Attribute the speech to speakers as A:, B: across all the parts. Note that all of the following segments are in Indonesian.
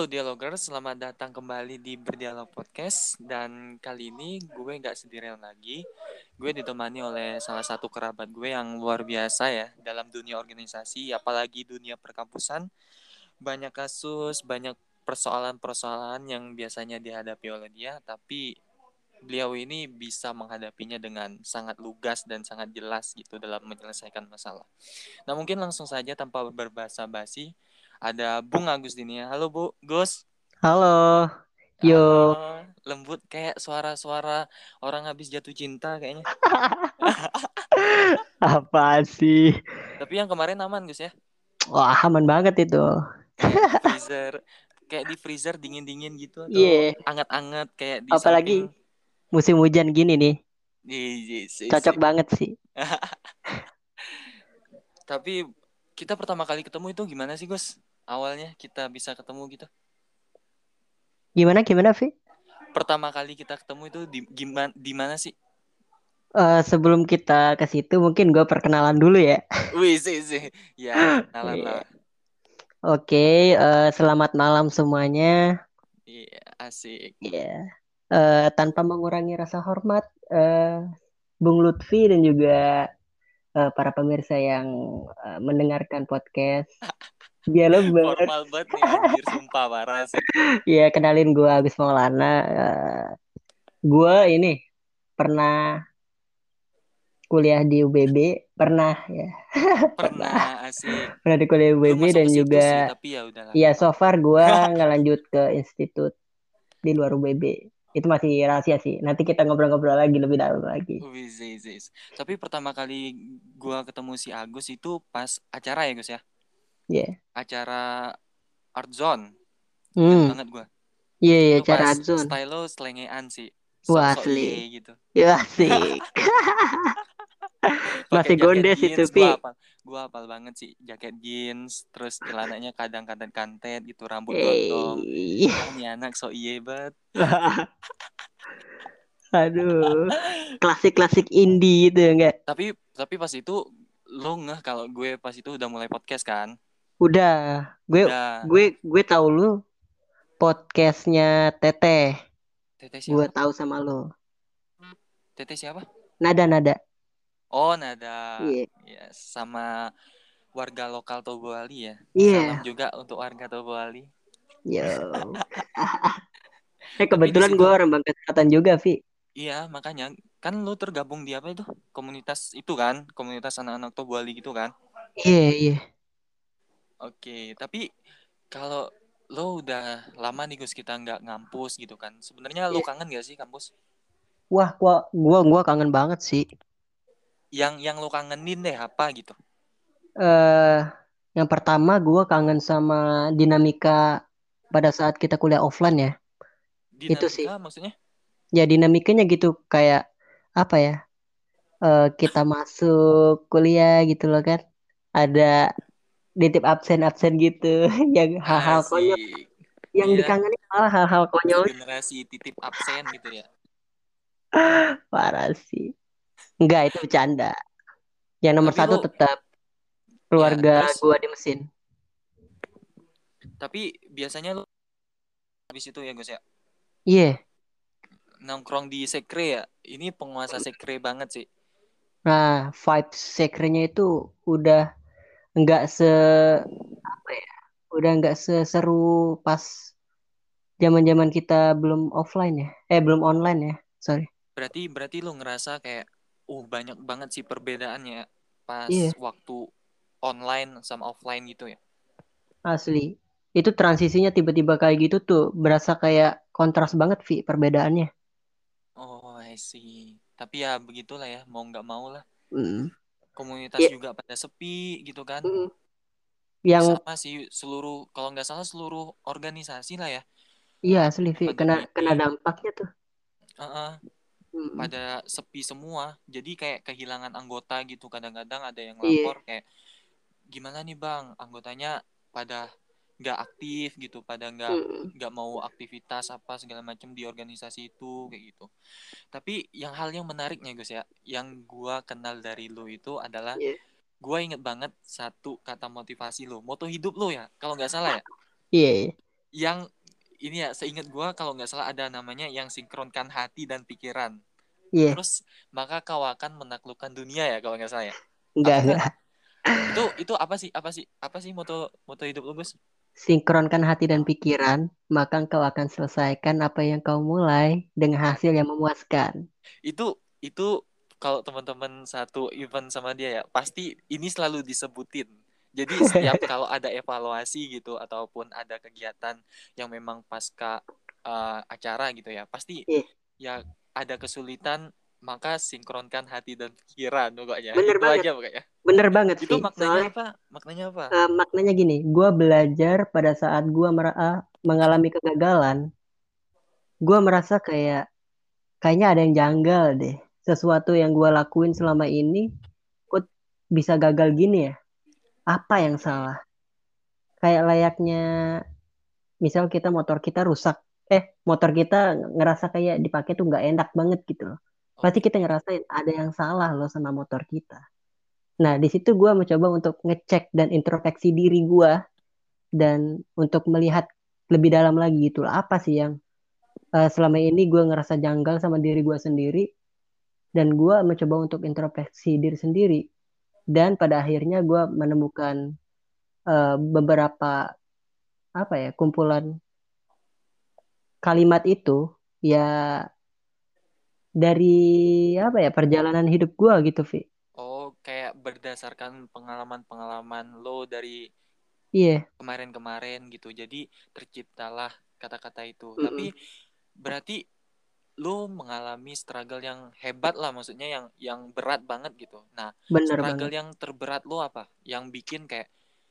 A: Halo dialogers, selamat datang kembali di Berdialog Podcast. Dan kali ini gue nggak sendirian lagi. Gue ditemani oleh salah satu kerabat gue yang luar biasa ya dalam dunia organisasi, apalagi dunia perkampusan. Banyak kasus, banyak persoalan-persoalan yang biasanya dihadapi oleh dia, tapi beliau ini bisa menghadapinya dengan sangat lugas dan sangat jelas gitu dalam menyelesaikan masalah. Nah, mungkin langsung saja tanpa berbasa-basi, ada Bung Agus Dinia. Halo Bu, Gus.
B: Halo,
A: Halo,
B: yo,
A: lembut kayak suara-suara orang habis jatuh cinta kayaknya.
B: apa sih?
A: Tapi yang kemarin aman Gus ya.
B: Wah, aman banget itu.
A: Kayak di freezer, kayak di freezer dingin-dingin gitu atau
B: Iya,
A: anget-anget kayak di
B: apalagi
A: samping.
B: musim hujan gini nih, cocok
A: Sih.
B: banget sih.
A: Tapi kita pertama kali ketemu itu gimana sih Gus? Awalnya kita bisa ketemu gitu.
B: Gimana, gimana, Vi?
A: Pertama kali kita ketemu itu di mana sih?
B: Sebelum kita ke situ, mungkin gue perkenalan dulu ya.
A: Wih, sih. Ya, perkenalan
B: Iya.
A: lah.
B: Oke, selamat malam semuanya.
A: Iya, asik.
B: Iya. Tanpa mengurangi rasa hormat, Bung Lutfi dan juga para pemirsa yang mendengarkan podcast Dialog.
A: Formal banget nih anjir, sumpah parah sih.
B: Ya, kenalin gue Agus Maulana. Gue ini pernah kuliah di UBB, pernah ya, pernah
A: Pernah asik.
B: pernah di kuliah
A: Belum
B: UBB
A: masuk
B: dan
A: ke situ
B: juga
A: sih, tapi ya udahlah
B: ya
A: nggak
B: so
A: apa-apa.
B: far gue ngelanjut ke institut di luar UBB. Itu masih rahasia sih. Nanti kita ngobrol-ngobrol lagi lebih dalam lagi.
A: Wih, zis. Tapi pertama kali gua ketemu si Agus itu pas acara ya, Gus ya.
B: Ya. Yeah.
A: Acara Art Zone. Ingat
B: Hmm.
A: banget gua.
B: Iya, yeah,
A: Itu
B: yeah, cara
A: pas
B: adzon.
A: style lo selengean sih.
B: Wah,
A: Sok-sok
B: asli.
A: iye gitu.
B: Ya, asik.
A: Pakai
B: Masih
A: jaket
B: gondes itu,
A: jeans,
B: Pi.
A: gua hafal banget sih jaket jeans, terus celananya kadang-kadang kantet gitu, rambut gondrong.
B: Eh.
A: Ah, nih anak sok iye banget.
B: Aduh. Klasik-klasik indie itu enggak?
A: Tapi pas itu lo ngeh kalau gue pas itu udah mulai podcast kan?
B: Udah, gue
A: Udah.
B: gue tahu lu podcastnya Teteh.
A: Teteh
B: Gue
A: siapa?
B: tahu sama lu.
A: Teteh siapa?
B: Nada.
A: Oh, Nada.
B: Iya.
A: Ya, sama warga lokal Tobuali ya. Salam
B: Iya.
A: juga untuk warga Tobuali.
B: Yo.
A: Tapi di
B: Kebetulan gue
A: situ
B: orang Bangka Selatan juga, Vi.
A: iya, makanya kan lo tergabung di apa itu? Komunitas itu kan, komunitas anak-anak Tobuali gitu kan.
B: Iya.
A: Oke, tapi kalau lo udah lama nih Gus kita nggak ngampus gitu kan. Sebenarnya lo
B: Iya.
A: kangen gak sih kampus?
B: Wah, gua kangen banget sih.
A: Yang lo kangenin deh apa gitu?
B: Eh, yang pertama gue kangen sama dinamika pada saat kita kuliah offline ya. Itu sih.
A: Dinamika maksudnya?
B: Ya dinamikanya gitu kayak apa ya? Kita masuk kuliah gitu loh kan. Ada nitip absen gitu yang hal-hal konyol
A: Asik.
B: yang
A: Iya,
B: dikangenin malah hal-hal konyol
A: segenerasi titip absen gitu ya.
B: parah sih. Enggak, itu bercanda. Yang nomor
A: Tapi
B: satu
A: lo
B: tetap
A: ya
B: keluarga
A: terus
B: gua di mesin.
A: tapi biasanya lo habis itu ya Gus ya
B: Iya.
A: nongkrong di sekre ya. Ini penguasa sekre banget sih.
B: Nah, vibes sekrenya itu udah enggak se apa ya? Udah enggak seseru pas zaman-zaman kita belum offline ya. Belum online ya. Sorry.
A: Berarti lo ngerasa kayak banyak banget sih perbedaannya pas
B: Iya,
A: waktu online sama offline gitu ya.
B: asli. Itu transisinya tiba-tiba kayak gitu tuh berasa kayak kontras banget, Vi, perbedaannya.
A: Oh, I see. Tapi ya begitulah ya, mau nggak mau lah.
B: Mm.
A: Komunitas
B: Ya,
A: juga pada sepi gitu kan.
B: mm. Yang
A: Sama sih seluruh, kalau nggak salah seluruh organisasi lah ya.
B: iya asli, Vi,
A: Pada
B: kena
A: gini,
B: dampaknya tuh.
A: uh
B: Mm.
A: pada sepi semua. Jadi kayak kehilangan anggota gitu. Kadang-kadang ada yang
B: Iya.
A: lapor kayak, gimana nih bang, anggotanya pada nggak aktif gitu, pada
B: Mm.
A: nggak mau aktivitas apa segala macam di organisasi itu kayak gitu. Tapi hal yang menariknya Gus ya, yang gua kenal dari lo itu adalah
B: Iya.
A: gua inget banget satu kata motivasi lo, moto hidup lo ya, kalau nggak salah ya.
B: Iya.
A: yang ini ya, seingat gua kalau nggak salah ada namanya yang sinkronkan hati dan pikiran.
B: Iya,
A: Terus maka kau akan menaklukkan dunia ya kalau nggak salah ya. Apa
B: enggak,
A: enggak?
B: enggak.
A: Itu apa sih? Apa sih moto moto hidup lu, Gus?
B: Sinkronkan hati dan pikiran, maka engkau akan selesaikan apa yang kau mulai dengan
A: Nah,
B: hasil yang memuaskan.
A: itu kalau teman-teman satu event sama dia ya, pasti ini selalu disebutin. Jadi setiap kalau ada evaluasi gitu ataupun ada kegiatan yang memang pasca acara gitu ya, pasti
B: Iya,
A: ya ada kesulitan, maka sinkronkan hati dan pikiran pokoknya.
B: bener
A: Itu
B: banget,
A: aja pokoknya.
B: bener banget,
A: Itu
B: Vi.
A: maknanya
B: Soalnya
A: apa? Maknanya apa?
B: maknanya gini, gue belajar pada saat gue mengalami kegagalan, gue merasa kayaknya ada yang janggal deh. Sesuatu yang gue lakuin selama ini, kok bisa gagal gini ya? Apa yang
A: Oke.
B: salah? Kayak layaknya, misal motor kita rusak, motor kita ngerasa kayak dipakai tuh nggak enak banget gitu loh. Pasti kita
A: Oke.
B: ngerasain ada yang salah loh sama motor kita. Nah, di situ gue mencoba untuk ngecek dan introspeksi diri gue dan untuk melihat lebih dalam lagi gitu loh. Apa sih yang selama ini gue ngerasa janggal sama diri gue sendiri dan gue mencoba untuk introspeksi diri sendiri dan pada akhirnya gue menemukan beberapa apa ya kumpulan kalimat itu ya dari apa ya perjalanan hidup gue gitu Vi.
A: Oh, kayak berdasarkan pengalaman-pengalaman lo dari
B: Iya.
A: kemarin-kemarin gitu. Jadi terciptalah kata-kata itu. Tapi
B: Mm-mm.
A: berarti lu mengalami struggle yang hebat lah, maksudnya yang berat banget gitu. Nah,
B: Bener
A: struggle
B: banget.
A: yang terberat lu apa? Yang bikin kayak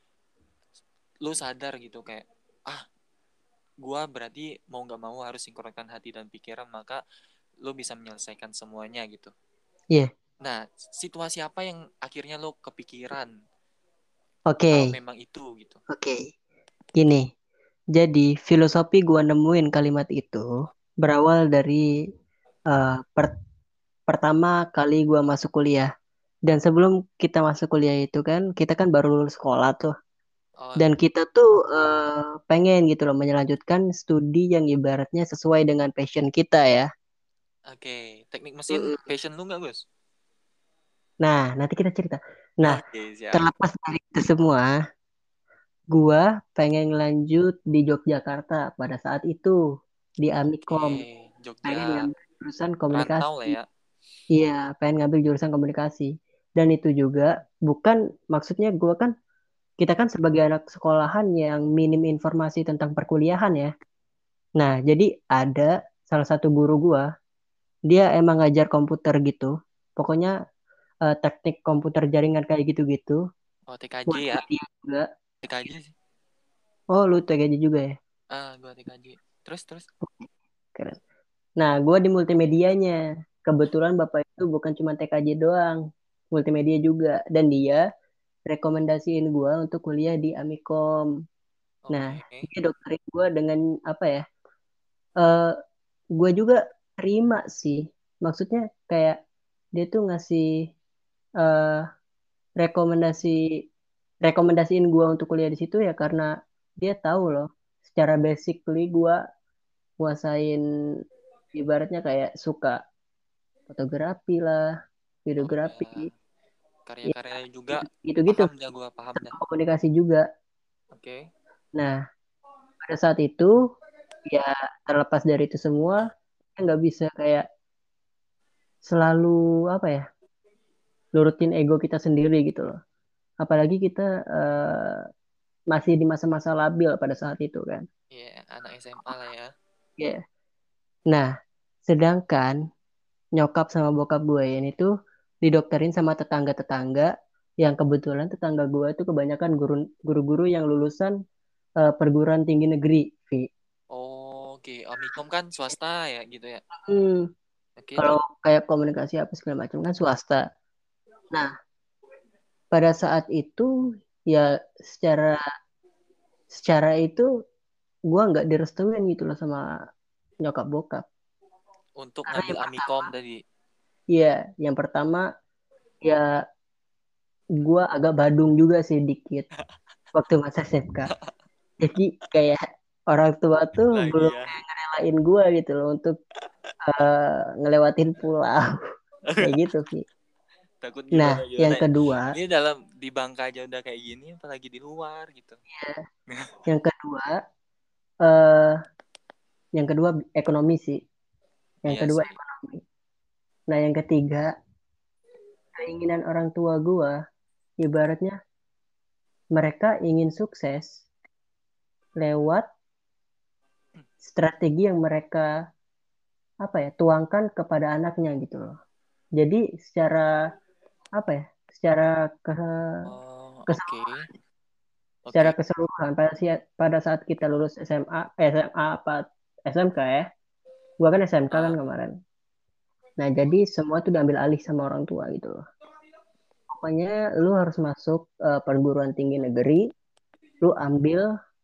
A: lu sadar gitu kayak ah, gua berarti mau nggak mau harus sinkronkan hati dan pikiran, maka lu bisa menyelesaikan semuanya gitu.
B: Iya.
A: Nah, situasi apa yang akhirnya lu kepikiran kalau
B: Oke.
A: memang itu gitu?
B: Oke. Gini. Jadi filosofi gue nemuin kalimat itu berawal dari eh, per- pertama kali gue masuk kuliah. Dan sebelum kita masuk kuliah itu kan, kita kan baru lulus sekolah tuh.
A: Oh,
B: Dan kita tuh pengen gitu loh menyelanjutkan studi yang ibaratnya sesuai dengan passion kita ya.
A: oke. Teknik mesin
B: Mm-mm.
A: passion lu nggak, Gus?
B: Nah, nanti kita cerita. Nah,
A: Oke, siap.
B: terlepas dari itu semua, gua pengen lanjut di Yogyakarta pada saat itu di
A: Oke,
B: Amikom. Pengen
A: Jogja.
B: ngambil jurusan
A: Rantau lah
B: komunikasi.
A: ya.
B: Iya, pengen ngambil jurusan komunikasi. Dan itu juga bukan maksudnya gua kan kita kan sebagai anak sekolahan yang minim informasi tentang perkuliahan ya. Nah, jadi ada salah satu guru gua, dia emang ngajar komputer gitu. Pokoknya teknik komputer jaringan kayak gitu-gitu.
A: Oh, TKJ ya.
B: Multimedia juga.
A: TKJ sih.
B: Oh, lu TKJ juga ya?
A: Ah, gua TKJ. Terus.
B: Keren. Nah, gue di multimedianya. Kebetulan Bapak itu bukan cuma TKJ doang, multimedia juga. Dan dia rekomendasiin gue untuk kuliah di Amikom. Nah,
A: Oke.
B: dia dokterin gue dengan apa ya? Eh, gue juga terima sih. Maksudnya kayak dia tuh ngasih eh, rekomendasi rekomendasiin gue untuk kuliah di situ ya karena dia tahu loh secara basically gue nguasain ibaratnya kayak suka fotografi lah,
A: Oh
B: videografi,
A: ya,
B: ya
A: karya-karyanya juga
B: gitu-gitu,
A: paham dah, gua paham dah.
B: komunikasi juga.
A: Oke.
B: Nah, pada saat itu ya terlepas dari itu semua, kita nggak bisa kayak selalu apa ya, nurutin ego kita sendiri gitu loh. Apalagi kita masih di masa-masa labil pada saat itu kan.
A: Iya, anak SMA lah ya.
B: Ya. Nah, sedangkan nyokap sama bokap gue ini tuh didokterin sama tetangga-tetangga yang kebetulan tetangga gue itu kebanyakan guru-guru yang lulusan perguruan tinggi negeri, Vi.
A: Oh, oke. Omicom kan swasta ya gitu ya.
B: Hmm,
A: Oke,
B: kalau
A: terus.
B: kayak komunikasi apa segala macam kan swasta. Nah, pada saat itu ya secara secara itu gue nggak direstuin gitu loh sama nyokap bokap.
A: Untuk
B: Karena
A: ngambil
B: yang
A: Amikom
B: pertama,
A: tadi.
B: ya yang pertama ya gue agak badung juga sih dikit waktu masa SMK. Jadi kayak orang tua tuh belum
A: Bahagia.
B: kayak ngerelain gue gitu loh untuk ngelewatin pulau kayak gitu Vi.
A: Takut
B: Nah
A: gimana
B: yang
A: gimana ya.
B: kedua,
A: Ini dalam di Bangka aja udah kayak gini, apalagi di luar gitu.
B: yang kedua, eh yang kedua ekonomi sih. Yang
A: Iya
B: kedua
A: sih.
B: ekonomi. Nah yang ketiga keinginan orang tua gue, ibaratnya mereka ingin sukses lewat strategi yang mereka apa ya tuangkan kepada anaknya gitu loh. Jadi secara apa ya? Secara ke,
A: Oh, oke.
B: keseluruhan, secara
A: Oke.
B: keseluruhan pada saat kita lulus SMA, SMA apa SMK ya. Gua kan SMK kan
A: Ah,
B: kemarin. Nah, jadi semua tuh diambil alih sama orang tua gitu loh. Pokoknya lu harus masuk perguruan tinggi negeri, lu ambil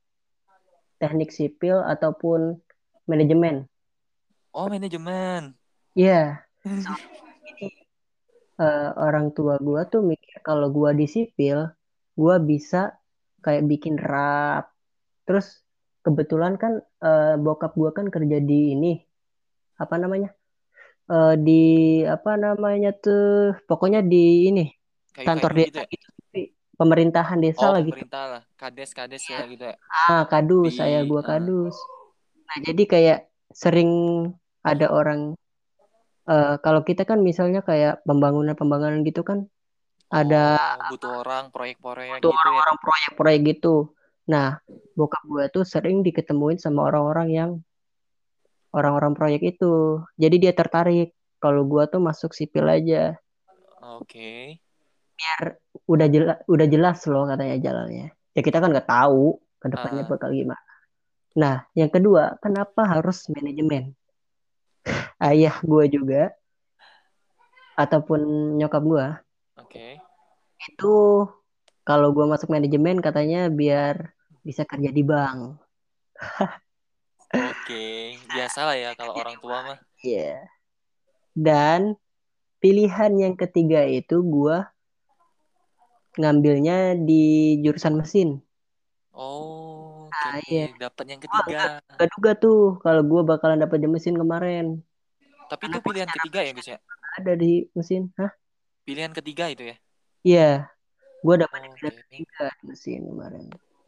B: teknik sipil ataupun manajemen.
A: oh, manajemen.
B: Iya, soalnya gini, orang tua gua tuh mikir kalau gua di sipil, gua bisa kayak bikin rap. Terus kebetulan kan bokap gua kan kerja di ini, apa namanya? Di apa namanya tuh, pokoknya di ini kantor
A: Kayu-kayu gitu
B: desa
A: ya?
B: gitu, tapi pemerintahan desa
A: Oh,
B: lah gitu.
A: pemerintah lah. Kades, kades ya gitu ya. Di
B: Kadus, saya gua kadus. Nah, jadi kayak sering ada orang kalau kita kan misalnya kayak pembangunan-pembangunan gitu kan ada
A: oh, butuh orang proyek-proyek
B: tuh
A: gitu ya.
B: orang-orang proyek-proyek gitu. Nah, bokap gue tuh sering diketemuin sama orang-orang proyek itu. Jadi dia tertarik kalau gue tuh masuk sipil aja.
A: Oke.
B: Biar udah jelas loh katanya jalannya. Ya kita kan nggak tahu ke depannya
A: Ah,
B: bakal gimana. Nah, yang kedua, kenapa harus manajemen? Ayah gue juga ataupun nyokap gue
A: oke.
B: itu kalau gue masuk manajemen katanya biar bisa kerja di bank.
A: Oke. Biasalah ya kalau
B: Kerja di
A: orang tua
B: bank.
A: mah.
B: Iya. Dan pilihan yang ketiga itu gue ngambilnya di jurusan mesin.
A: Oh, oke.
B: Nah, iya.
A: Dapat yang
B: Gue
A: ketiga.
B: gak duga tuh kalau gue bakalan dapet di mesin kemarin.
A: Tapi
B: Karena
A: itu
B: gue
A: pilihan
B: secara
A: ketiga ya,
B: passion
A: Gus ya?
B: gak ada di mesin. Hah?
A: Pilihan ketiga itu ya?
B: Iya, gue dapat di pilihan
A: Oke.
B: ketiga di mesin kemarin.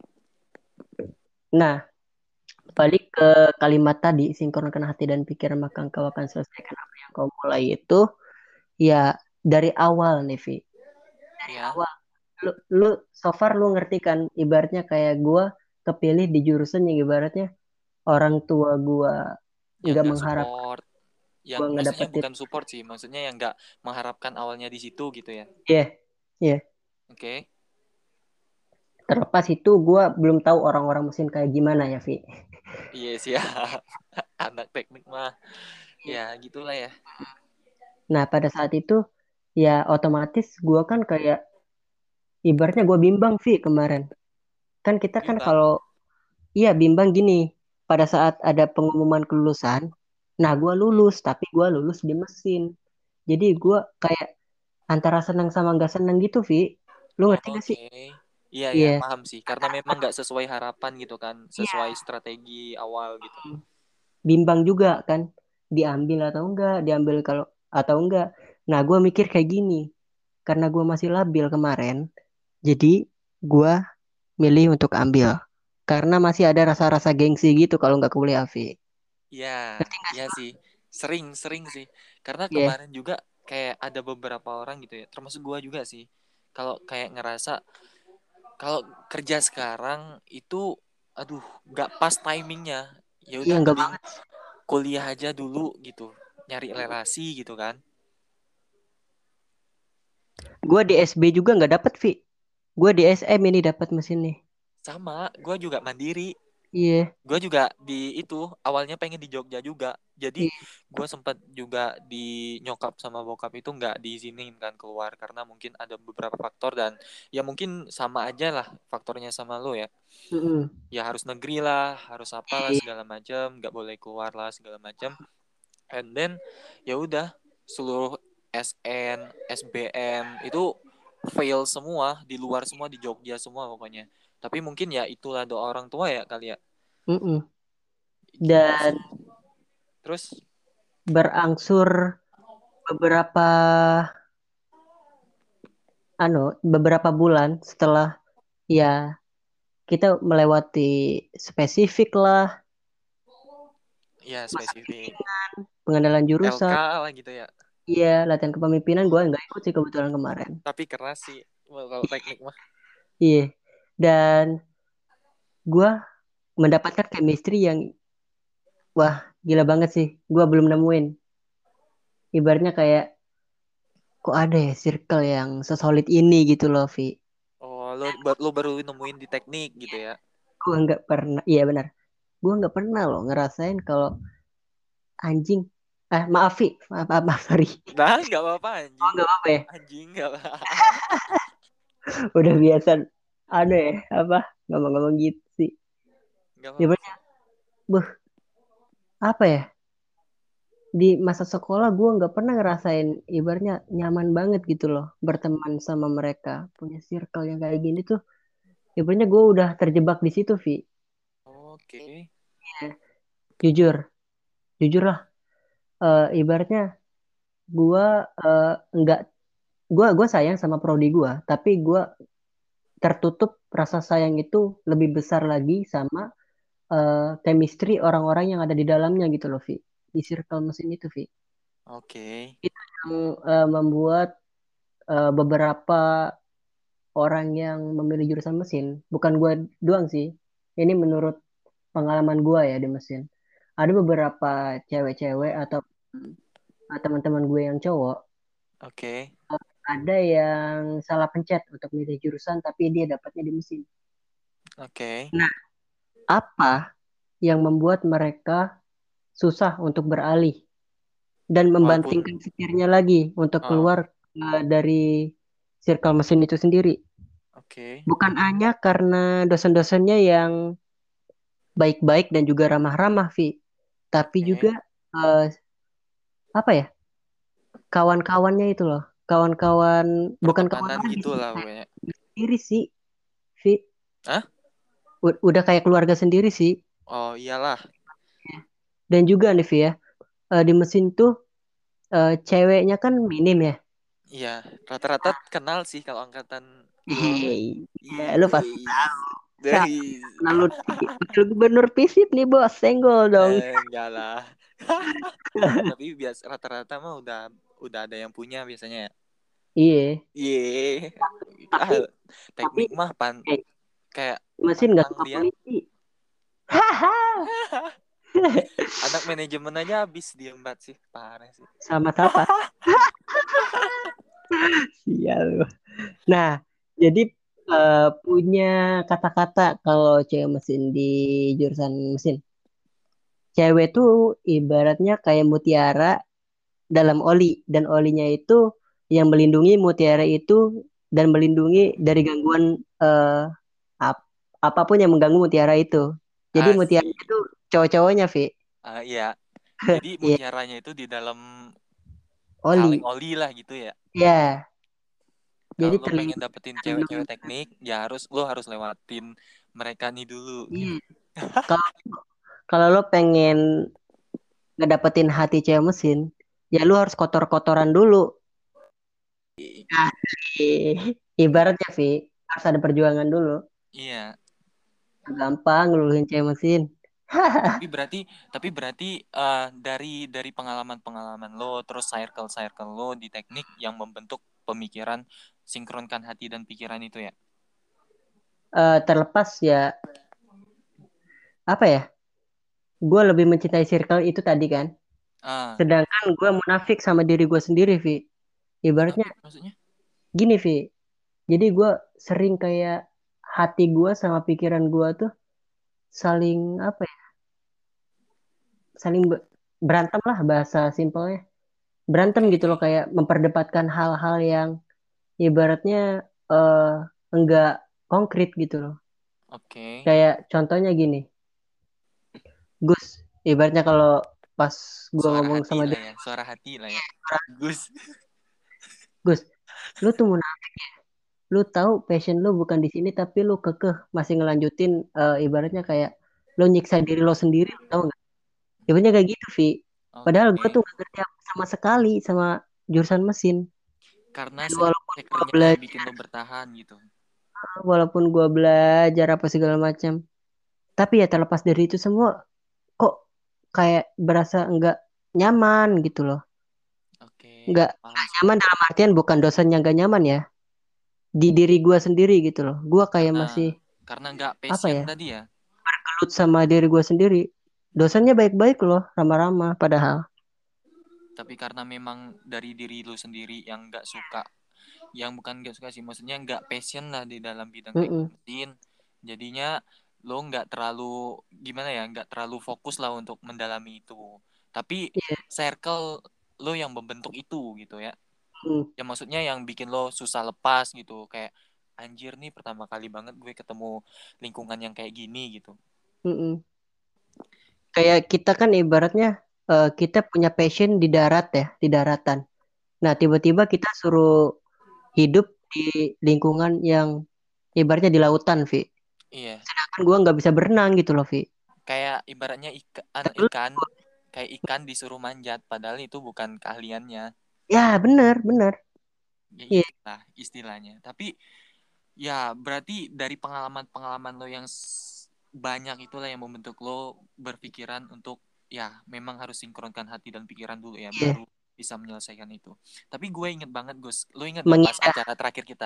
B: Nah, balik ke kalimat tadi, sinkronkan hati dan pikiran maka engkau akan selesaikan apa yang kau mulai itu. Ya, dari awal nih, Vi. Dari
A: Ya,
B: awal. Lu so far lu ngerti kan, ibaratnya kayak gue kepilih di jurusan yang ibaratnya orang tua gue
A: yang
B: nggak
A: nggak
B: mengharap
A: support, yang
B: gue
A: maksudnya
B: ngedapetin.
A: bukan support sih, maksudnya yang nggak mengharapkan awalnya di situ gitu ya.
B: Iya, yeah, iya. Yeah.
A: Oke.
B: Terlepas itu gue belum tahu orang-orang mesin kayak gimana ya, Vi.
A: Iya sih ya. Anak teknik mah ya gitulah ya.
B: Nah, pada saat itu ya otomatis gue kan kayak ibaratnya gue bimbang, Vi, kemarin. Kan kita kan
A: Bimbang.
B: kalau iya bimbang gini, pada saat ada pengumuman kelulusan, nah gue
A: Hmm.
B: lulus, tapi gue lulus di mesin. Jadi gue kayak antara senang sama nggak senang gitu, Vi. Lu ngerti gak sih?
A: Oke. Iya ya,
B: Iya,
A: paham sih. Karena memang nggak sesuai harapan gitu kan, sesuai
B: iya.
A: strategi awal gitu.
B: Bimbang juga kan, diambil atau enggak, diambil kalau atau enggak. Nah, gue mikir kayak gini, karena gue masih labil kemarin, jadi gue milih untuk ambil. Karena masih ada rasa-rasa gengsi gitu kalau nggak kuliah, Vi.
A: Iya,
B: Ngerti nggak
A: iya
B: sih?
A: sih. Sering, sering sih. Karena
B: Iya,
A: kemarin juga kayak ada beberapa orang gitu ya, termasuk gua juga sih. Kalau kayak ngerasa kalau kerja sekarang itu aduh nggak pas timingnya, ya
B: iya
A: udah
B: enggak
A: mending
B: banget.
A: kuliah aja dulu gitu, nyari relasi gitu kan.
B: Gue di SB juga nggak dapet, Vi. Gue di SM ini dapat mesin nih.
A: Sama gua juga mandiri.
B: Iya,
A: Gue juga di itu awalnya pengen di Jogja juga, jadi
B: iya,
A: gue sempat juga di nyokap sama bokap itu nggak diizinin kan keluar karena mungkin ada beberapa faktor dan ya mungkin sama aja lah faktornya sama lo ya,
B: mm-mm.
A: ya harus negeri lah, harus apalah
B: Iya,
A: segala macam, nggak boleh keluar lah segala macam. And then ya udah seluruh SN, SBM itu fail semua, di luar semua, di Jogja semua pokoknya. Tapi mungkin ya itulah doa orang tua ya kali ya.
B: Mm-mm.
A: Gila sih.
B: Dan
A: Terus,
B: berangsur beberapa beberapa bulan setelah ya kita melewati spesifik lah,
A: ya
B: masa
A: spesifik.
B: bimbingan, pengenalan
A: LK
B: jurusan,
A: lah gitu ya.
B: iya latihan kepemimpinan gue nggak ikut sih kebetulan kemarin.
A: Tapi keras sih. Wah, kalau teknik mah.
B: Iya, dan gue mendapatkan chemistry yang wah gila banget sih, gue belum nemuin. Ibaratnya kayak kok ada ya circle yang sesolid ini gitu loh, Vi.
A: Oh, lo baru nemuin di teknik gitu ya.
B: Gue nggak pernah, iya benar. Gue nggak pernah loh ngerasain kalau anjing. Maaf, Vi. Maaf, maaf, maaf, sorry.
A: Nah, nggak apa-apa
B: Oh,
A: anjing.
B: nggak apa-apa ya.
A: Anjing nggak apa.
B: Udah biasa ada ya, apa, ngomong-ngomong gitu sih.
A: Nggak apa-apa
B: Ibaratnya,
A: sih.
B: buh, apa ya? Di masa sekolah gue nggak pernah ngerasain ibaratnya nyaman banget gitu loh berteman sama mereka. Punya circle yang kayak gini tuh. Ibaratnya gue udah terjebak di situ, Vi.
A: Oke.
B: Jujur, jujur lah. Ibaratnya gue nggak gue sayang sama prodi gue, tapi gue tertutup rasa sayang itu lebih besar lagi sama chemistry orang-orang yang ada di dalamnya gitu loh, Vi. Di circle mesin itu, Vi.
A: Oke.
B: Itu yang membuat beberapa orang yang memilih jurusan mesin, bukan gue doang sih. Ini menurut pengalaman gue ya di mesin. Ada beberapa cewek-cewek atau teman-teman gue yang cowok,
A: Oke.
B: ada yang salah pencet untuk milih jurusan tapi dia dapatnya di mesin.
A: Oke.
B: Nah, apa yang membuat mereka susah untuk beralih dan
A: Walaupun
B: membantingkan setirnya lagi untuk
A: oh,
B: keluar dari circle mesin itu sendiri?
A: oke.
B: Bukan hanya karena dosen-dosennya yang baik-baik dan juga ramah-ramah, Vi, tapi juga
A: Oke.
B: eh, apa ya, kawan-kawannya itu loh, kawan-kawan, bukan kawan
A: Pertemanan
B: lagi
A: gitu
B: sih,
A: lah
B: kayak
A: pokoknya.
B: sendiri sih, Vi.
A: Hah?
B: Udah kayak keluarga sendiri sih.
A: Oh iyalah.
B: Dan juga nih, Vi ya, di mesin tuh ceweknya kan minim ya.
A: Iya, rata-rata kenal sih kalau angkatan gua mah.
B: Hei, ya, lu pasti
A: Iya.
B: tahu. Nah,
A: Dari
B: kenal lu wakil gubernur Pisip nih bos, senggol dong.
A: enggak lah. Tapi biasa rata-rata mah udah ada yang punya biasanya ya.
B: Iya,
A: Iya. Ah,
B: tapi tapi
A: teknik mah
B: eh,
A: kayak
B: mesin nggak
A: pantang
B: suka
A: lihat.
B: polisi. Haha.
A: Anak manajemen aja habis diembat sih, parah sih.
B: Sama siapa? Sial lu. Nah, jadi punya kata-kata kalau cewek mesin di jurusan mesin. Cewek tuh ibaratnya kayak mutiara dalam oli dan olinya itu yang melindungi mutiara itu dan melindungi dari gangguan eh, ap- apapun yang mengganggu mutiara itu. Jadi mutiara
A: Asik.
B: itu cowok-cowoknya, Vi.
A: Ah, iya. Jadi
B: Iya,
A: mutiaranya itu di dalam kaleng
B: oli.
A: oli lah gitu ya.
B: Ya,
A: Kalau
B: jadi
A: lo pengen dapetin
B: terlindungi.
A: cewek-cewek teknik, ya lo harus lewatin mereka nih dulu
B: Iya.
A: gitu.
B: Kalau kalau lo pengen ngedapetin hati cewek mesin, ya lu harus kotor-kotoran dulu. Ibaratnya, Vi, harus ada perjuangan dulu.
A: Iya.
B: Gampang ngeluluhin cewek mesin.
A: Tapi berarti dari pengalaman-pengalaman lo terus circle-circle lo di teknik yang membentuk pemikiran sinkronkan hati dan pikiran itu ya.
B: Terlepas ya, apa ya, gue lebih mencintai circle itu tadi kan.
A: Ah,
B: Sedangkan gue munafik sama diri gue sendiri, Vi. Ibaratnya
A: munafik maksudnya?
B: gini, Vi. Jadi gue sering kayak hati gue sama pikiran gue tuh saling apa ya, saling berantem lah bahasa simpelnya. Berantem
A: Oke.
B: gitu loh kayak memperdebatkan hal-hal yang ibaratnya eh, enggak konkret gitu loh.
A: Oke.
B: Kayak contohnya gini, Gus, ibaratnya kalau pas gue
A: Suara
B: ngomong
A: hati
B: sama
A: lah
B: dia,
A: ya, suara hati lah ya. Gus.
B: Gus, lu tuh munafik, lu tahu passion lu bukan di sini tapi lu kekeh masih ngelanjutin ibaratnya kayak lo nyiksa diri lo sendiri, tau nggak? Ibaratnya kayak gitu, Vi. Padahal gue
A: Oke.
B: tuh gak ngerti apa sama sekali sama jurusan mesin.
A: Karena
B: Dan walaupun gue
A: sekernya bikin
B: belajar,
A: lo bertahan gitu.
B: walaupun gue belajar apa segala macam, tapi ya terlepas dari itu semua, kok kayak berasa nggak nyaman gitu loh.
A: Oke, paham
B: Nggak
A: sih.
B: nyaman dalam artian bukan dosennya nggak nyaman ya, di diri gue sendiri gitu loh. Gue kayak
A: Karena
B: masih
A: nggak
B: apa
A: passion
B: ya,
A: tadi ya.
B: gelut sama diri gue sendiri. Dosennya baik-baik loh, ramah-ramah, padahal.
A: Tapi karena memang dari diri lo sendiri yang nggak suka, yang bukan nggak suka sih, maksudnya nggak passion lah di dalam bidang teknik
B: Mm-mm.
A: mesin. Jadinya lo nggak terlalu gimana ya, nggak terlalu fokus lah untuk mendalami itu. Tapi
B: Iya.
A: circle lo yang membentuk itu gitu ya.
B: Mm.
A: Ya maksudnya yang bikin lo susah lepas gitu, kayak anjir nih pertama kali banget gue ketemu lingkungan yang kayak gini gitu.
B: Mm-mm. Kayak kita kan ibaratnya kita punya passion di darat ya, di daratan. Nah, tiba-tiba kita suruh hidup di lingkungan yang ibaratnya di lautan, Vi.
A: Iya,
B: Kan gue nggak bisa berenang gitu loh, Vi.
A: kayak ibaratnya
B: Tapi lu,
A: ikan, kayak ikan disuruh manjat padahal itu bukan keahliannya.
B: ya bener, bener.
A: Ya
B: Iya,
A: itulah istilahnya. Tapi ya berarti dari pengalaman-pengalaman lo yang banyak itulah yang membentuk lo berpikiran untuk ya memang harus sinkronkan hati dan pikiran dulu ya
B: iya.
A: baru bisa menyelesaikan itu. Tapi gue inget banget Gus, lo inget gak pas
B: Mengindah.
A: acara terakhir kita?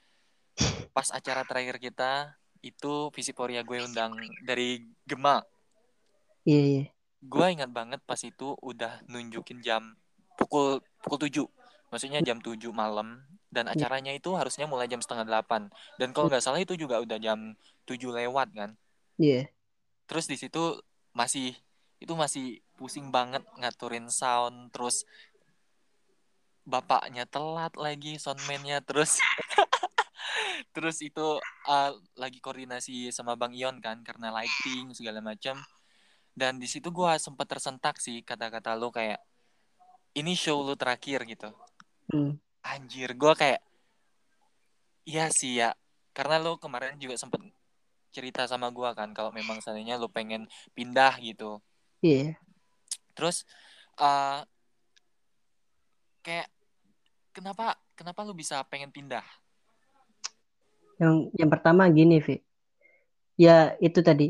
A: Pas acara terakhir kita itu Visiporia gue undang dari Gema.
B: Iya, iya.
A: Gue ingat banget pas itu udah nunjukin jam pukul pukul 7. Maksudnya jam 7 malam dan
B: Iya,
A: acaranya itu harusnya mulai jam setengah 8. Dan kalau nggak salah itu juga udah jam 7 lewat kan.
B: iya.
A: Terus di situ masih masih pusing banget ngaturin sound, terus bapaknya telat lagi soundman-nya, terus terus itu lagi koordinasi sama Bang Ion kan karena lighting segala macam. Dan di situ gua sempat tersentak sih kata-kata lo kayak ini show lu terakhir gitu.
B: Hmm,
A: Anjir, gue kayak, iya sih ya. Karena lo kemarin juga sempet cerita sama gue kan, kalau memang seandainya lo pengen pindah gitu.
B: iya.
A: Terus, uh, kayak, kenapa kenapa lo bisa pengen pindah?
B: Yang pertama gini, Vi. Ya, itu tadi.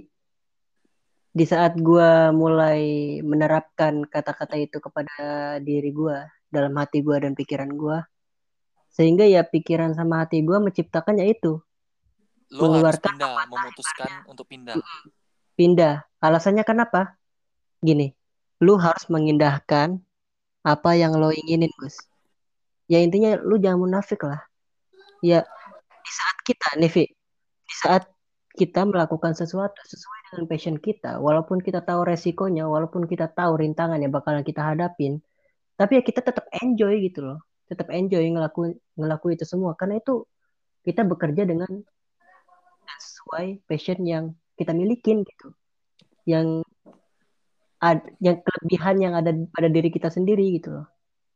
B: Di saat gua mulai menerapkan kata-kata itu kepada diri gua, dalam hati gua dan pikiran gua, sehingga ya pikiran sama hati gua menciptakan yaitu
A: Lo harus
B: mengeluarkan
A: pindah, memutuskan untuk pindah.
B: pindah. Alasannya kenapa? Gini, lu harus mengindahkan apa yang lo inginin, Gus. Ya intinya lu jangan munafik lah. Ya di saat kita, nih, Vi, di saat kita melakukan sesuatu sesuai dengan passion kita, walaupun kita tahu resikonya, walaupun kita tahu rintangan yang bakalan kita hadapin, tapi ya kita tetap enjoy gitu loh. Tetap enjoy ngelakuin itu semua. Karena itu kita bekerja dengan sesuai passion yang kita milikin gitu. Yang yang kelebihan yang ada pada diri kita sendiri gitu loh.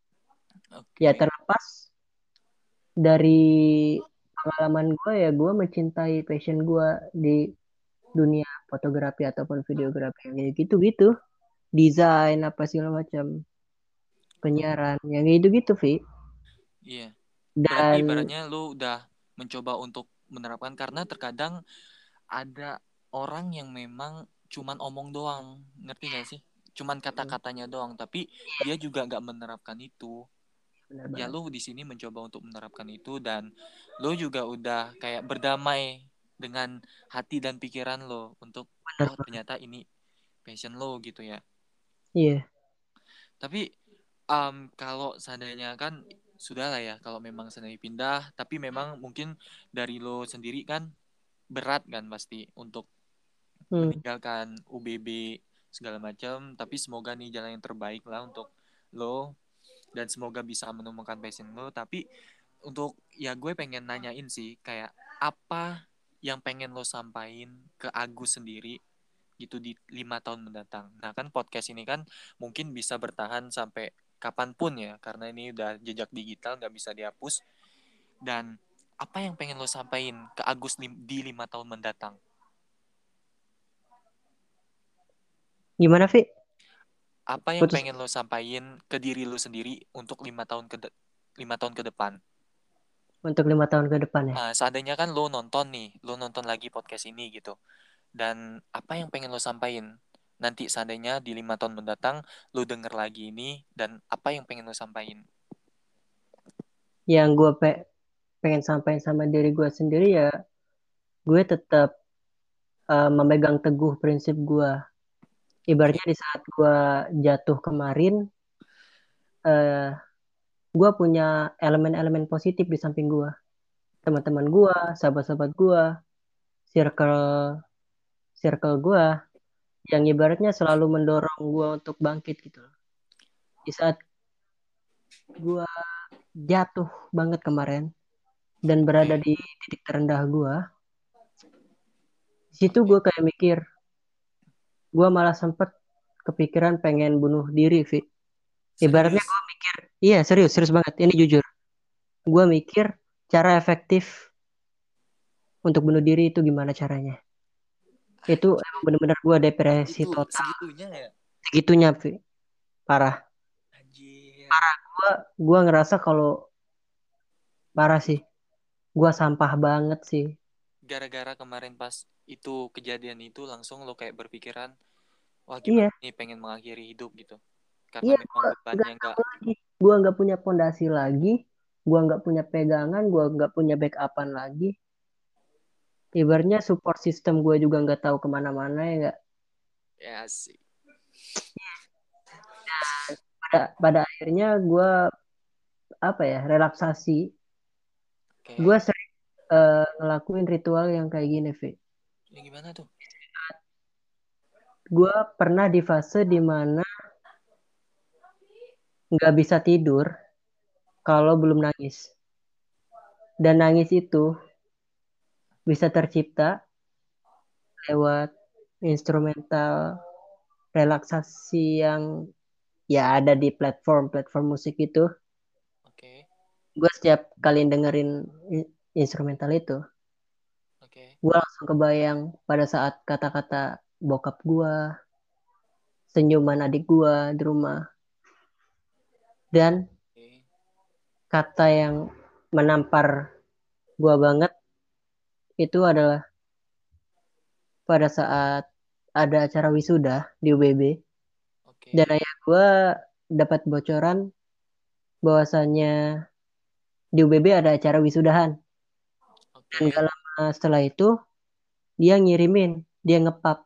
B: Ya
A: Oke,
B: terlepas dari pengalaman gue ya gue mencintai passion gue di dunia fotografi ataupun videografi yang kayak gitu-gitu. Desain apa segala macam, penyiaran yang gitu-gitu, Vi.
A: iya. Berarti
B: Dan
A: ibaratnya lo udah mencoba untuk menerapkan karena terkadang ada orang yang memang cuman omong doang, ngerti gak sih? Cuman kata-katanya doang, tapi dia juga nggak menerapkan itu.
B: benar
A: Ya
B: banget.
A: lu di sini mencoba untuk menerapkan itu dan lu juga udah kayak berdamai dengan hati dan pikiran lo untuk
B: Benar
A: oh
B: banget.
A: ternyata ini passion lo gitu ya.
B: Iya.
A: Tapi kalau seandainya kan sudah lah ya kalau memang seandainya pindah, tapi memang mungkin dari lo sendiri kan berat kan pasti untuk
B: Hmm.
A: meninggalkan UBB segala macam, tapi semoga nih jalan yang terbaik lah untuk lo dan semoga bisa menemukan passion lo. Tapi untuk ya gue pengen nanyain sih kayak apa yang pengen lo sampaikan ke Agus sendiri gitu di 5 tahun mendatang. Nah kan podcast ini kan mungkin bisa bertahan sampai kapanpun ya karena ini udah jejak digital nggak bisa dihapus. Dan apa yang pengen lo sampaikan ke Agus di 5 tahun mendatang?
B: Gimana, Vi?
A: Apa yang
B: Putus
A: pengen lo sampaikan ke diri lo sendiri untuk 5 tahun ke depan?
B: untuk 5 tahun ke depan ya.
A: Seandainya kan lo nonton nih, lo nonton lagi podcast ini gitu. Dan apa yang pengen lo sampaikan? Nanti seandainya di 5 tahun mendatang lo denger lagi ini dan apa yang pengen lo sampaikan?
B: Yang gue pengen sampaikan sama diri gue sendiri ya, gue tetap memegang teguh prinsip gue.
A: Oke,
B: Ibaratnya di saat gue jatuh kemarin, eh, gue punya elemen-elemen positif di samping gue. Teman-teman gue, sahabat-sahabat gue, circle circle gue yang ibaratnya selalu mendorong gue untuk bangkit gitu loh. Di saat gue jatuh banget kemarin dan berada
A: oke,
B: di titik terendah gue, di situ
A: oke.
B: gue kayak mikir, gue malah sempet kepikiran pengen bunuh diri, Vi. Ibaratnya gue
A: Serius?
B: mikir, iya serius, serius banget, ini jujur. Gue mikir cara efektif untuk bunuh diri itu gimana caranya. Itu emang bener-bener gue depresi
A: Itu
B: total.
A: segitunya ya?
B: Segitunya, Vi. Parah.
A: Anjir.
B: Gue ngerasa kalau parah sih. Gue sampah banget sih.
A: Gara-gara kemarin pas itu kejadian itu langsung lo kayak berpikiran, wah
B: Iya,
A: gimana nih pengen mengakhiri hidup gitu. Karena
B: iya
A: memang
B: gue
A: bebannya
B: nggak
A: nggak,
B: tahu lagi. Gue nggak punya pondasi lagi. Gue nggak punya pegangan. Gue nggak punya backupan lagi. Ibaratnya support system gue juga nggak tahu kemana-mana ya nggak.
A: ya sih.
B: Pada akhirnya gue apa ya relaksasi.
A: Oke,
B: Gue sering ngelakuin ritual yang kayak gini, Vi.
A: ya gimana tuh?
B: Gue pernah di fase dimana nggak bisa tidur kalau belum nangis. Dan nangis itu bisa tercipta lewat instrumental relaksasi yang ya ada di platform-platform musik itu.
A: Oke,
B: Gue setiap kali dengerin instrumental itu,
A: oke,
B: gue langsung kebayang pada saat kata-kata bokap gue, senyuman adik gue di rumah, dan
A: oke.
B: kata yang menampar gue banget itu adalah pada saat ada acara wisuda di UBB dan
A: Oke,
B: ayah gue dapat bocoran bahwasannya di UBB ada acara wisudahan dan
A: oke.
B: gak lama setelah itu dia ngirimin dia ngepap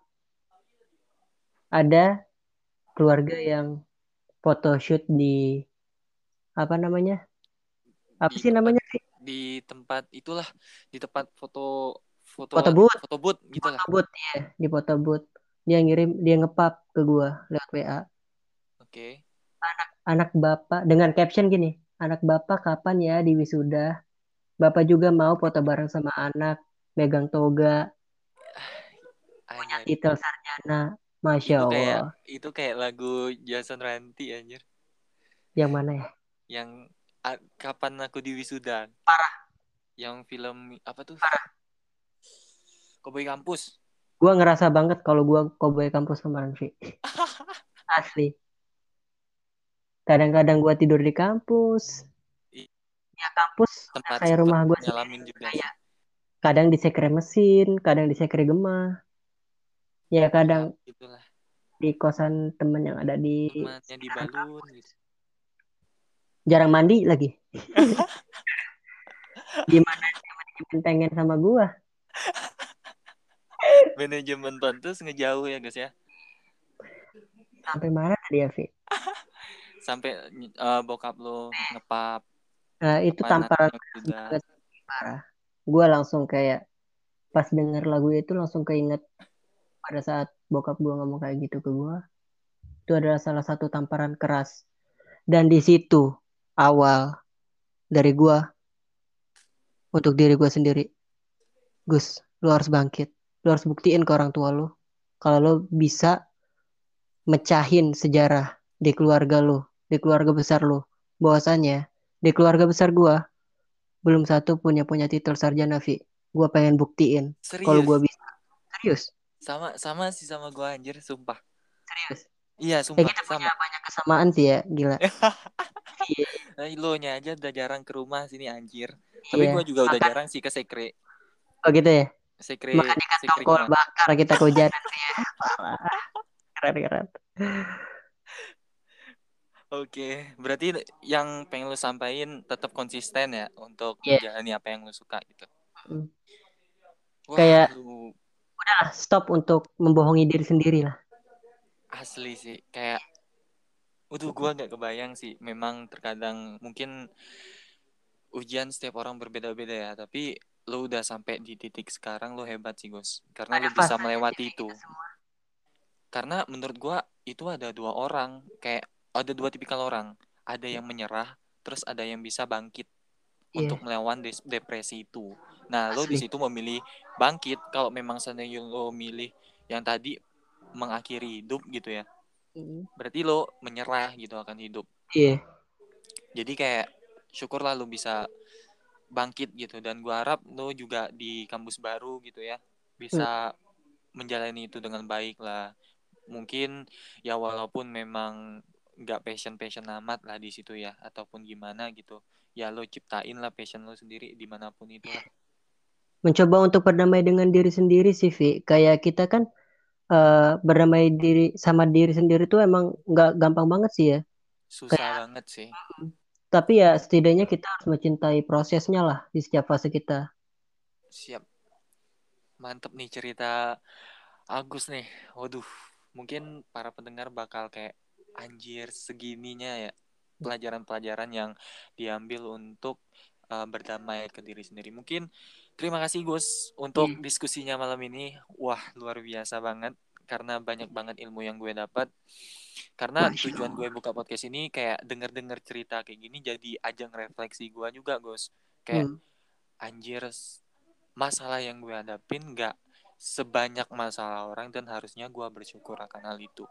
B: ada keluarga yang photoshoot di apa namanya apa
A: Di
B: sih
A: tempat,
B: namanya sih
A: di tempat itulah, di tempat foto,
B: foto
A: fotoan,
B: booth
A: foto booth
B: di
A: gitulah.
B: foto booth ya di foto booth dia ngirim dia ngepap ke gua lewat WA
A: Oke.
B: anak bapak dengan caption gini anak bapak kapan ya di wisuda bapak juga mau foto bareng sama anak megang toga punya
A: Anjir.
B: titel sarjana masya
A: Itu kayak,
B: Allah
A: itu kayak lagu Jason Ranti anjir.
B: yang mana ya
A: Yang kapan aku di wisuda. Yang film apa tuh? Cowboy Kampus.
B: gua ngerasa banget kalau gua Cowboy Kampus kemarin sih asli kadang-kadang gua tidur di kampus ya kampus udah
A: Sempat
B: kayak
A: sempat
B: rumah gua sendiri
A: nyalamin juga sih.
B: kayak kadang di sekre mesin kadang di sekre gemah ya
A: Ya
B: kadang
A: itulah.
B: di kosan temen yang ada di
A: Rumahnya di
B: sekitaran
A: balun
B: kampus
A: gitu.
B: jarang mandi lagi gimana pengen sama gua
A: Manajemen pantus ngejauh ya guys ya.
B: sampai mana tadi ya Vi
A: Sampai bokap lo ngepap
B: nah, itu tamparan
A: kemanannya
B: keras
A: sudah.
B: banget parah gua langsung kayak pas denger lagu itu langsung keinget pada saat bokap gua ngomong kayak gitu ke gua itu adalah salah satu tamparan keras dan di situ awal dari gua untuk diri gua sendiri Gus lu harus bangkit lu harus buktiin ke orang tua lu kalau lu bisa mecahin sejarah di keluarga lu di keluarga besar lu bahwasanya di keluarga besar gua belum satu punya punya titel sarjana Vi gua pengen buktiin kalau gua
A: Serius.
B: bisa serius
A: Sama sama sih sama gua anjir sumpah.
B: Serius.
A: Iya,
B: Ya
A: sumpah
B: kita punya
A: sama.
B: banyak kesamaan sih ya, gila. Iya,
A: Lo nya aja udah jarang ke rumah sini anjir. Tapi
B: iya.
A: gue juga udah
B: Makan,
A: jarang sih ke sekre.
B: oh gitu ya.
A: Sekre
B: Makan di kantong
A: sekre
B: kol
A: gua.
B: bakar kita kehujanan tuh ya. Parah. Keren, keren.
A: Oke, berarti yang pengen lu sampaikan tetap konsisten ya untuk
B: Iya.
A: menjalani apa yang lu suka gitu.
B: Hmm.
A: Wah,
B: Kayak
A: lu
B: udahlah stop untuk membohongi diri sendiri lah.
A: asli sih kayak gua nggak kebayang sih. Memang terkadang mungkin ujian setiap orang berbeda-beda ya, tapi lu udah sampai di titik sekarang lu hebat sih, Gus. Karena
B: Ada
A: lu bisa
B: fasanya sih
A: melewati
B: kayak
A: itu.
B: gitu semua.
A: Karena menurut gua itu ada dua orang, kayak ada dua tipikal orang. Ada yang menyerah, terus ada yang bisa bangkit
B: Iya,
A: untuk melawan depresi itu. Nah, lo di
B: asli.
A: situ memilih bangkit. Kalau memang seandainya lo milih yang tadi mengakhiri hidup gitu ya,
B: Hmm.
A: berarti lo menyerah gitu akan hidup.
B: Iya.
A: Jadi kayak syukurlah lo bisa bangkit gitu. Dan gua harap lo juga di kampus baru gitu ya
B: Hmm.
A: bisa menjalani itu dengan baik lah. Mungkin ya walaupun memang nggak passion amat lah di situ ya ataupun gimana gitu, ya lo ciptain lah passion lo sendiri dimanapun itulah.
B: Mencoba untuk berdamai dengan diri sendiri sih, Vi. Kayak kita kan berdamai diri sama diri sendiri tuh emang nggak gampang banget sih ya.
A: Susah
B: Kayak,
A: banget sih.
B: tapi ya setidaknya kita harus mencintai prosesnya lah di setiap fase kita.
A: Siap. Mantep nih cerita Agus nih. Waduh, mungkin para pendengar bakal kayak anjir segininya ya pelajaran-pelajaran yang diambil untuk berdamai ke diri sendiri. Mungkin terima kasih Gus untuk
B: Iya.
A: diskusinya malam ini. Wah, luar biasa banget karena banyak banget ilmu yang gue dapat. Karena
B: Masya
A: tujuan gue
B: Allah.
A: buka podcast ini kayak denger-denger cerita kayak gini jadi ajang refleksi gue juga, Gus. Kayak
B: Hmm.
A: anjir masalah yang gue hadapin nggak sebanyak masalah orang dan harusnya gue bersyukur akan hal itu.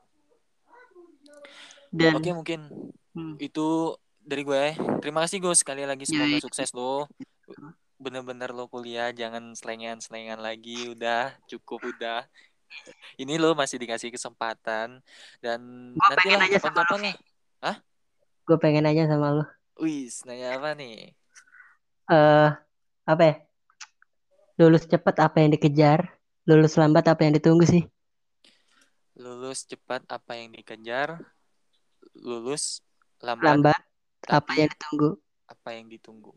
A: Oke,
B: Dan
A: mungkin
B: hmm,
A: itu dari gue. Terima kasih Gus, sekali lagi
B: ya,
A: semoga
B: ya.
A: sukses lo. Bener-bener lo kuliah, jangan selengean-selengean lagi. Udah, cukup udah. Ini lo masih dikasih kesempatan. Dan
B: Gue pengen
A: nantilah
B: aja sama lu,
A: kapan-kapan
B: Vi.
A: lah. Hah?
B: Gue pengen aja sama lu.
A: Wis, nanya apa nih?
B: eh Apa ya? Lulus cepat apa yang dikejar? Lulus lambat apa yang ditunggu sih?
A: Lulus cepat apa yang dikejar? Lulus lambat
B: Lambat apa yang
A: tapi
B: ditunggu?
A: apa yang ditunggu?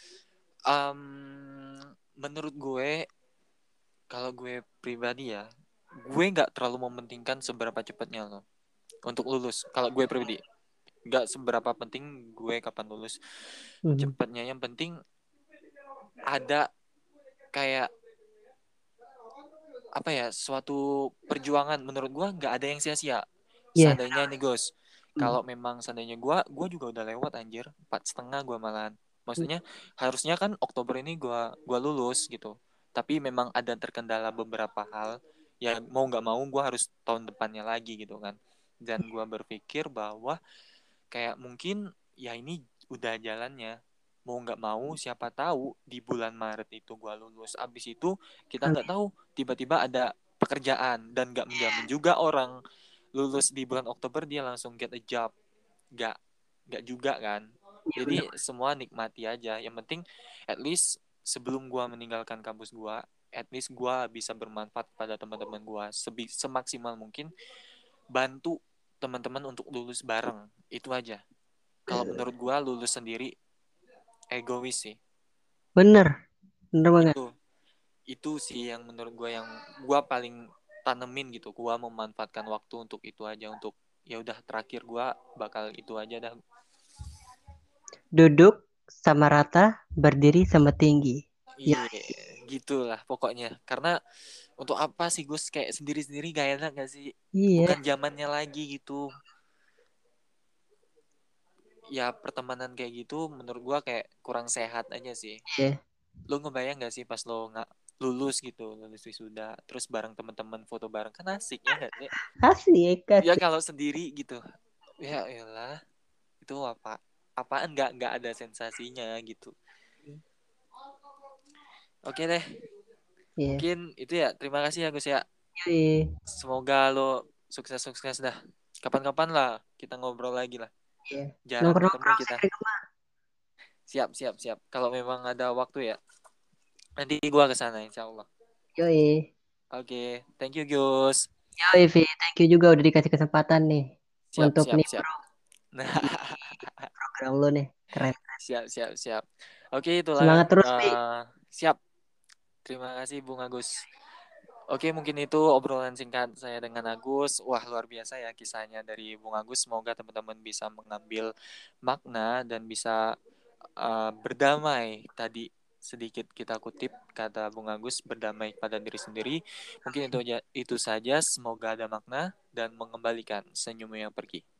A: Menurut gue, kalau gue pribadi ya, gue nggak terlalu mementingkan seberapa cepatnya lo untuk lulus. Kalau gue pribadi, nggak seberapa penting gue kapan lulus
B: Mhm.
A: cepatnya. Yang penting ada kayak apa ya, suatu perjuangan. Menurut gue nggak ada yang sia-sia.
B: Iya.
A: Seandainya nih Gus,
B: Hmm.
A: kalau memang seandainya gue juga udah lewat anjir 4,5 gue malahan. Maksudnya harusnya kan Oktober ini gue lulus gitu. Tapi memang ada terkendala beberapa hal. Ya mau nggak mau gue harus tahun depannya lagi gitu kan. Dan gue berpikir bahwa kayak mungkin ya ini udah jalannya. Mau nggak mau siapa tahu di bulan Maret itu gue lulus. Abis itu kita nggak
B: Amin.
A: tahu tiba-tiba ada pekerjaan dan nggak menjamin juga orang lulus di bulan Oktober dia langsung get a job. Nggak nggak juga kan.
B: Iya benar.
A: Jadi semua nikmati aja. Yang penting at least sebelum gue meninggalkan kampus gue, at least gue bisa bermanfaat pada teman-teman gue semaksimal mungkin, bantu teman-teman untuk lulus bareng. Itu aja. Kalau menurut gue lulus sendiri egois sih.
B: Bener, bener banget.
A: Itu itu sih yang menurut gue yang gue paling tanemin gitu. Gue memanfaatkan waktu untuk itu aja, untuk ya udah terakhir gue bakal itu aja dah.
B: Duduk sama rata, berdiri sama tinggi. Ya,
A: Iya, gitulah pokoknya. Karena untuk apa sih Gus kayak sendiri-sendiri gak enak gak sih?
B: iya,
A: Bukan zamannya lagi gitu. Ya pertemanan kayak gitu menurut gua kayak kurang sehat aja sih.
B: iya.
A: Lo ngebayang gak sih pas lo nggak lulus gitu, lulus wisuda, terus bareng teman-teman foto bareng kan asik ya gak sih?
B: Asik,
A: Ya
B: asik.
A: kalau sendiri gitu, ya elah itu apaan nggak ada sensasinya gitu. Oke deh,
B: Iya,
A: mungkin itu ya. Terima kasih ya Gus ya.
B: iya.
A: Semoga lo Sukses-sukses dah. Kapan-kapan lah kita ngobrol lagi lah.
B: Iya.
A: Jarang ketemu
B: Nongkrong-nongkrong
A: kita.
B: sekali kemana?
A: Siap, siap, siap. Kalau memang ada waktu ya, nanti gua ke sana insya Allah.
B: Yoi.
A: Oke, thank you Gus.
B: Yoi, Vi. Thank you juga udah dikasih kesempatan nih.
A: Siap,
B: Untuk
A: siap, siap.
B: nimbrung
A: Nah,
B: di program lu nih. Keren.
A: siap, siap, siap. Oke, itulah.
B: Semangat terus, Vi.
A: Siap. Terima kasih Bung Agus. Oke, mungkin itu obrolan singkat saya dengan Agus. Wah, luar biasa ya kisahnya dari Bung Agus. Semoga teman-teman bisa mengambil makna dan bisa berdamai. Tadi sedikit kita kutip kata Bung Agus, berdamai pada diri sendiri. Mungkin itu saja. Semoga ada makna dan mengembalikan senyummu yang pergi.